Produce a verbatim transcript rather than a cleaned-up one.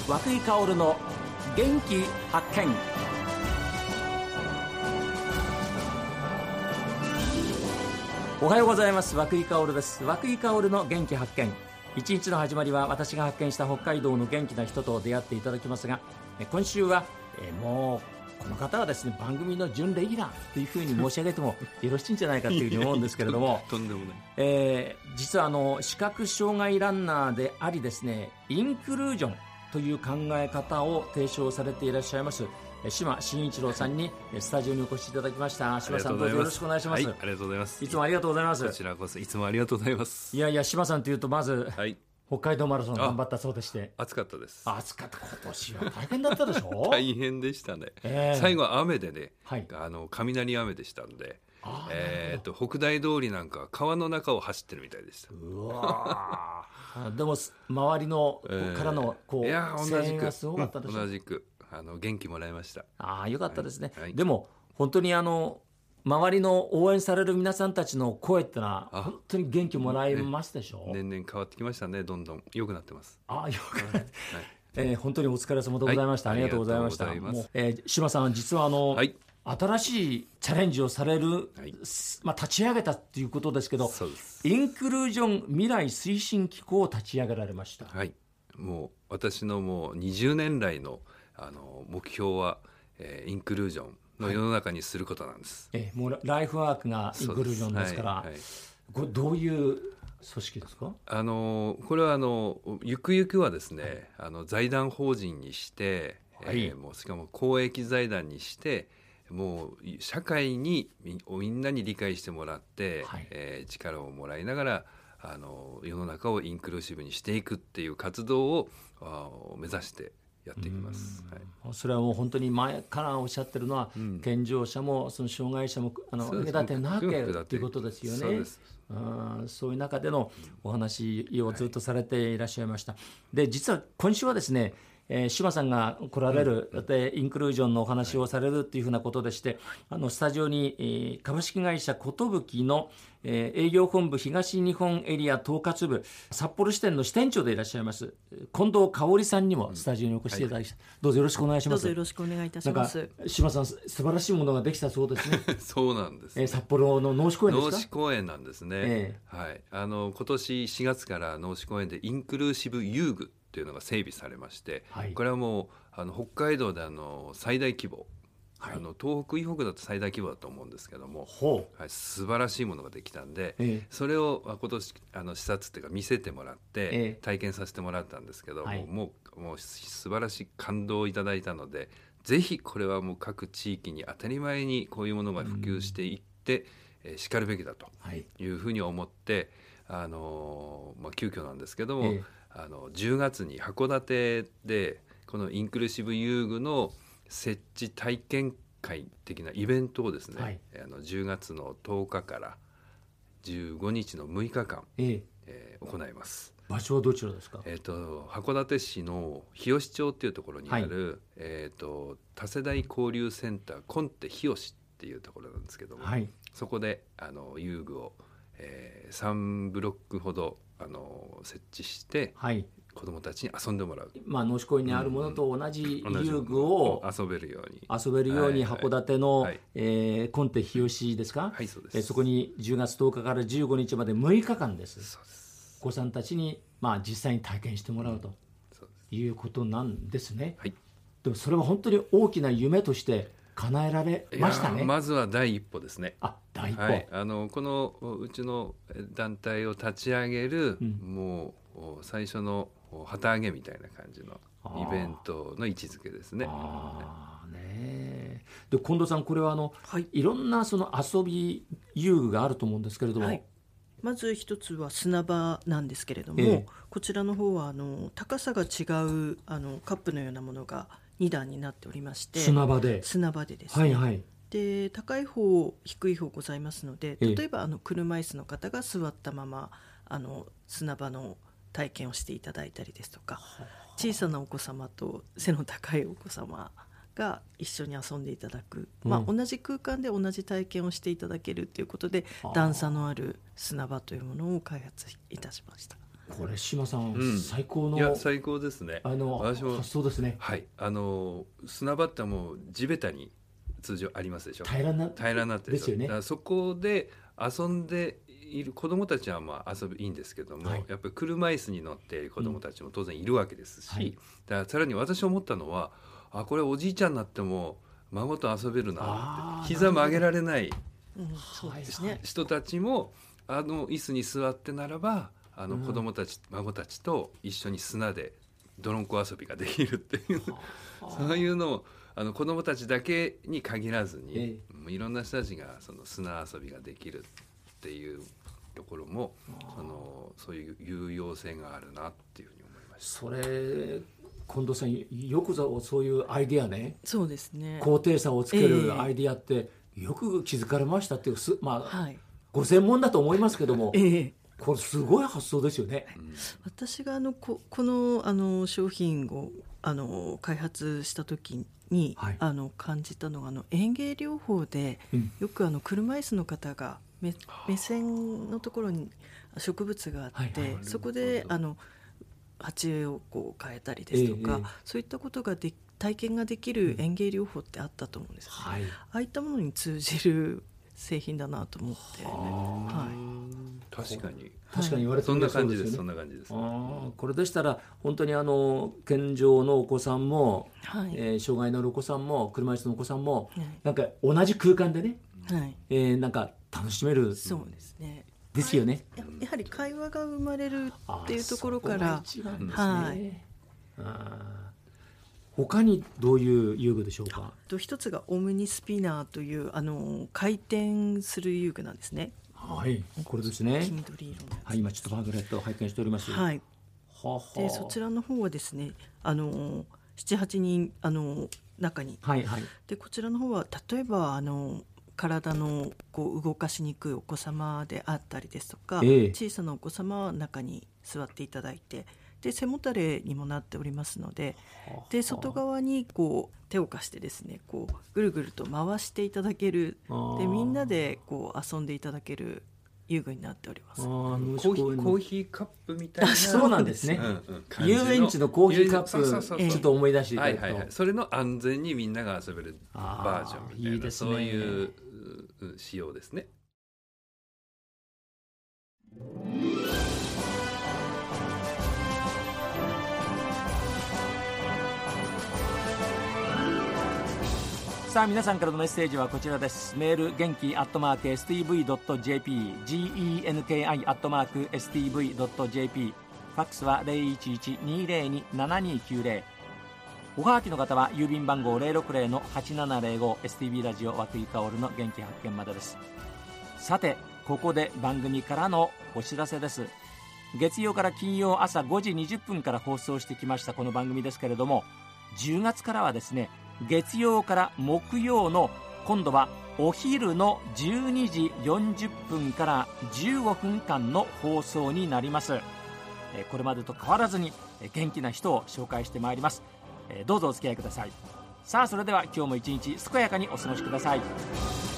涌井薫の元気発見。おはようございます。涌井薫です。涌井薫の元気発見。一日の始まりは私が発見した北海道の元気な人と出会っていただきますが、今週はえもうこの方はですね、番組の準レギュラーというふうに申し上げてもよろしいんじゃないかというふうに思うんですけれどもとんでもない、 えー、実はあの視覚障害ランナーでありですね、インクルージョンという考え方を提唱されていらっしゃいます島真一郎さんにスタジオにお越しいただきました。島さん、どうぞよろしくお願いします。 はい、ありがとうございます。 いつもありがとうございます。 こちらこそいつもありがとうございます。 いやいや、島さんというとまず、はい、北海道マラソン頑張ったそうでして。 暑かったです。 暑かった。今年は大変だったでしょ大変でしたね、えー、最後は雨でね、はい、あの雷雨でしたんで、えー、と北大通りなんか川の中を走ってるみたいでした。 うわでも周りの、えー、からのこう、いや声援がすごかったでしょ。 同じくあの元気もらいました。 ああ、よかったですね、 はいはい、 でも本当にあの周りの応援される皆さんたちの声ってのは本当に元気もらえますでしょう、 ね、年々変わってきましたね。どんどん良くなってます。 ああ、よくなって、はい、えー、本当にお疲れ様でございました、はい、ありがとうございました。もう、えー、島さんは実はあの、はい、新しいチャレンジをされる、はい、まあ、立ち上げたということですけど、 そうです。 インクルージョン未来推進機構を立ち上げられました。 はい、もう私のもうにじゅうねん来のあの目標は、えー、インクルージョンの世の中にすることなんです、 はい、えもうライフワークがインクルージョンですから、はいはい、これどういう組織ですか？ あのこれはあのゆくゆくはですね、はい、あの財団法人にして、はい、えー、もうしかも公益財団にしてもう社会にみんなに理解してもらって、はい、えー、力をもらいながらあの世の中をインクルーシブにしていくっていう活動を目指してやっていきます、 はい、それはもう本当に前からおっしゃってるのは、うん、健常者もその障害者もあの隔てなくということですよね。そうです。あ、そういう中でのお話をずっとされていらっしゃいました、はい、で実は今週はですね、えー、島さんが来られる、うん、でインクルージョンのお話をされるというふうなことでして、はい、あのスタジオに、えー、株式会社寿の、えー、営業本部東日本エリア統括部札幌支店の支店長でいらっしゃいます近藤香織さんにもスタジオにお越しいただき、うん、はい、どうぞよろしくお願いします。 どうぞよろしくお願いいたします。 なんか島さん素晴らしいものができたそうですね。 そうなんです、ね、 えー、札幌の農志公園ですか？ 農志公園なんですね、えーはい、あの今年しがつから農志公園でインクルーシブ遊具っていうのが整備されまして、はい、これはもうあの北海道であの最大規模、はい、あの東北以北だと最大規模だと思うんですけども、はい、素晴らしいものができたんで、ええ、それを今年あの視察っていうか見せてもらって、ええ、体験させてもらったんですけど、はい、もう、もう素晴らしい感動をいただいたので、ぜひこれはもう各地域に当たり前にこういうものが普及していって、えー、しかるべきだというふうに思って、あのーまあ、急遽なんですけども、ええ、あのじゅうがつに函館でこのインクルーシブ遊具の設置体験会的なイベントをですね、はい、あのじゅうがつのとおかからじゅうごにちのむいかかん、えええー、行います。 場所はどちらですか？ えー、と函館市の日吉町っていうところにある、はい、えー、と多世代交流センターコンテ日吉っていうところなんですけども、はい、そこであの遊具を、えー、さんブロックほどあの設置して、はい、子どもたちに遊んでもらう、 まあ、農志公園にあるものと同じ遊具を遊べるように遊べるように函館の、はいはい、えー、コンテ日吉ですか、 はい、そうです。 えー、そこにじゅうがつとおかからじゅうごにちまでむいかかんです。そうです。お子さんたちに、まあ、実際に体験してもらうと、うん、そうです、いうことなんですね、はい、でもそれは本当に大きな夢として叶えられましたね。 まずは第一歩ですね。 あ、第一歩、 はい、あのこのうちの団体を立ち上げる、うん、もう最初の旗揚げみたいな感じのイベントの位置づけですね。 あ、ね、で近藤さん、これはあの、はい、いろんなその遊び遊具があると思うんですけれども、はい、 まず一つは砂場なんですけれども、ええ、こちらの方はあの高さが違うあのカップのようなものがにだんになっておりまして、 砂場で砂場でですね、はいはい、で高い方低い方ございますので、例えばあの車椅子の方が座ったままあの砂場の体験をしていただいたりですとか、小さなお子様と背の高いお子様が一緒に遊んでいただく、うんまあ、同じ空間で同じ体験をしていただけるということで、段差のある砂場というものを開発いたしました。 これ島さん、うん、最高のいや最高ですね。 あの私も発想ですね。 はい、あの砂場ってもう地べたに通常ありますでしょ。 平らな平らなってですよね。 だからそこで遊んでいる子どもたちはまあ遊ぶいいんですけども、はい、やっぱり車椅子に乗っている子どもたちも当然いるわけですし、うんはい、だからさらに私思ったのはあこれおじいちゃんになっても孫と遊べるなって膝曲げられない、 うん、そうですね、 人たちもあの椅子に座ってならばあの子どもたち、うん、孫たちと一緒に砂で泥んこ遊びができるっていうそういうのをあの子どもたちだけに限らずに、ええ、いろんな人たちがその砂遊びができるっていうところもそのそういう有用性があるなっていうふうに思いました。 それ近藤さんよくぞそういうアイディアね、 そうですね、 高低差をつけるアイディアって、えー、よく気づかれましたっていうまあ、はい、ご専門だと思いますけども、えー、これすごい発想ですよね。 うん、私があの こ, このあの商品をあの開発した時に、はい、あの感じたのがあの園芸療法で、うん、よくあの車椅子の方が 目, 目線のところに植物があって、はいはい、そこであの鉢植えをこう変えたりですとか、ええ、そういったことがで体験ができる園芸療法ってあったと思うんですよね、はい、ああいったものに通じる製品だなと思って、はい、確かに確かに言われてみればそうですよね。 そんな感じです。 あこれでしたら本当にあの健常のお子さんも、はいえー、障害のあるお子さんも車椅子のお子さんも、はい、なんか同じ空間でね、はいえー、なんか楽しめる。 そうですね。 ですよね。 や, やはり会話が生まれるっていうところから、 そこが一番ですね。はい、あ他にどういう遊具でしょうか。 と一つがオムニスピナーというあの回転する遊具なんですね。 はい、これですね。 黄緑色の、 はい、今ちょっとパンフレットを拝見しております。 はい。ははでそちらの方はですね、あのななはちにんあの中に、はいはい、でこちらの方は例えばあの体のこう動かしにくいお子様であったりですとか、ええ、小さなお子様は中に座っていただいて、で背もたれにもなっておりますので、で外側にこう手を貸してですね、こうぐるぐると回していただける、でみんなでこう遊んでいただける遊具になっております。あコーヒー、コーヒーカップみたいな。 そうなんですね、うんうん、遊園地のコーヒーカップ、そうそうそうそう、ちょっと思い出していただくと、はいはいはい、 それの安全にみんなが遊べるバージョンみたいな、いいですね、そういう仕様ですね。 さあ皆さんからのメッセージはこちらです。メール元気アットマーク エスティーブイドットジェーピー ジーイーエヌケーアイ アットマーク エスティーブイドットジェーピー ファックスは ゼロいちいち にーゼロに ななにきゅうゼロ、おはがきの方は郵便番号 ゼロろくゼロのはちななゼロご エスティービー ラジオ和久井薫の元気発見までです。さてここで番組からのお知らせです。月曜から金曜朝ごじにじゅっぷんから放送してきましたこの番組ですけれども、じゅうがつからはですね、月曜から木曜の今度はお昼のじゅうにじよんじゅっぷんからじゅうごふんかんの放送になります。これまでと変わらずに元気な人を紹介してまいります。どうぞお付き合いください。さあそれでは今日も一日健やかにお過ごしください。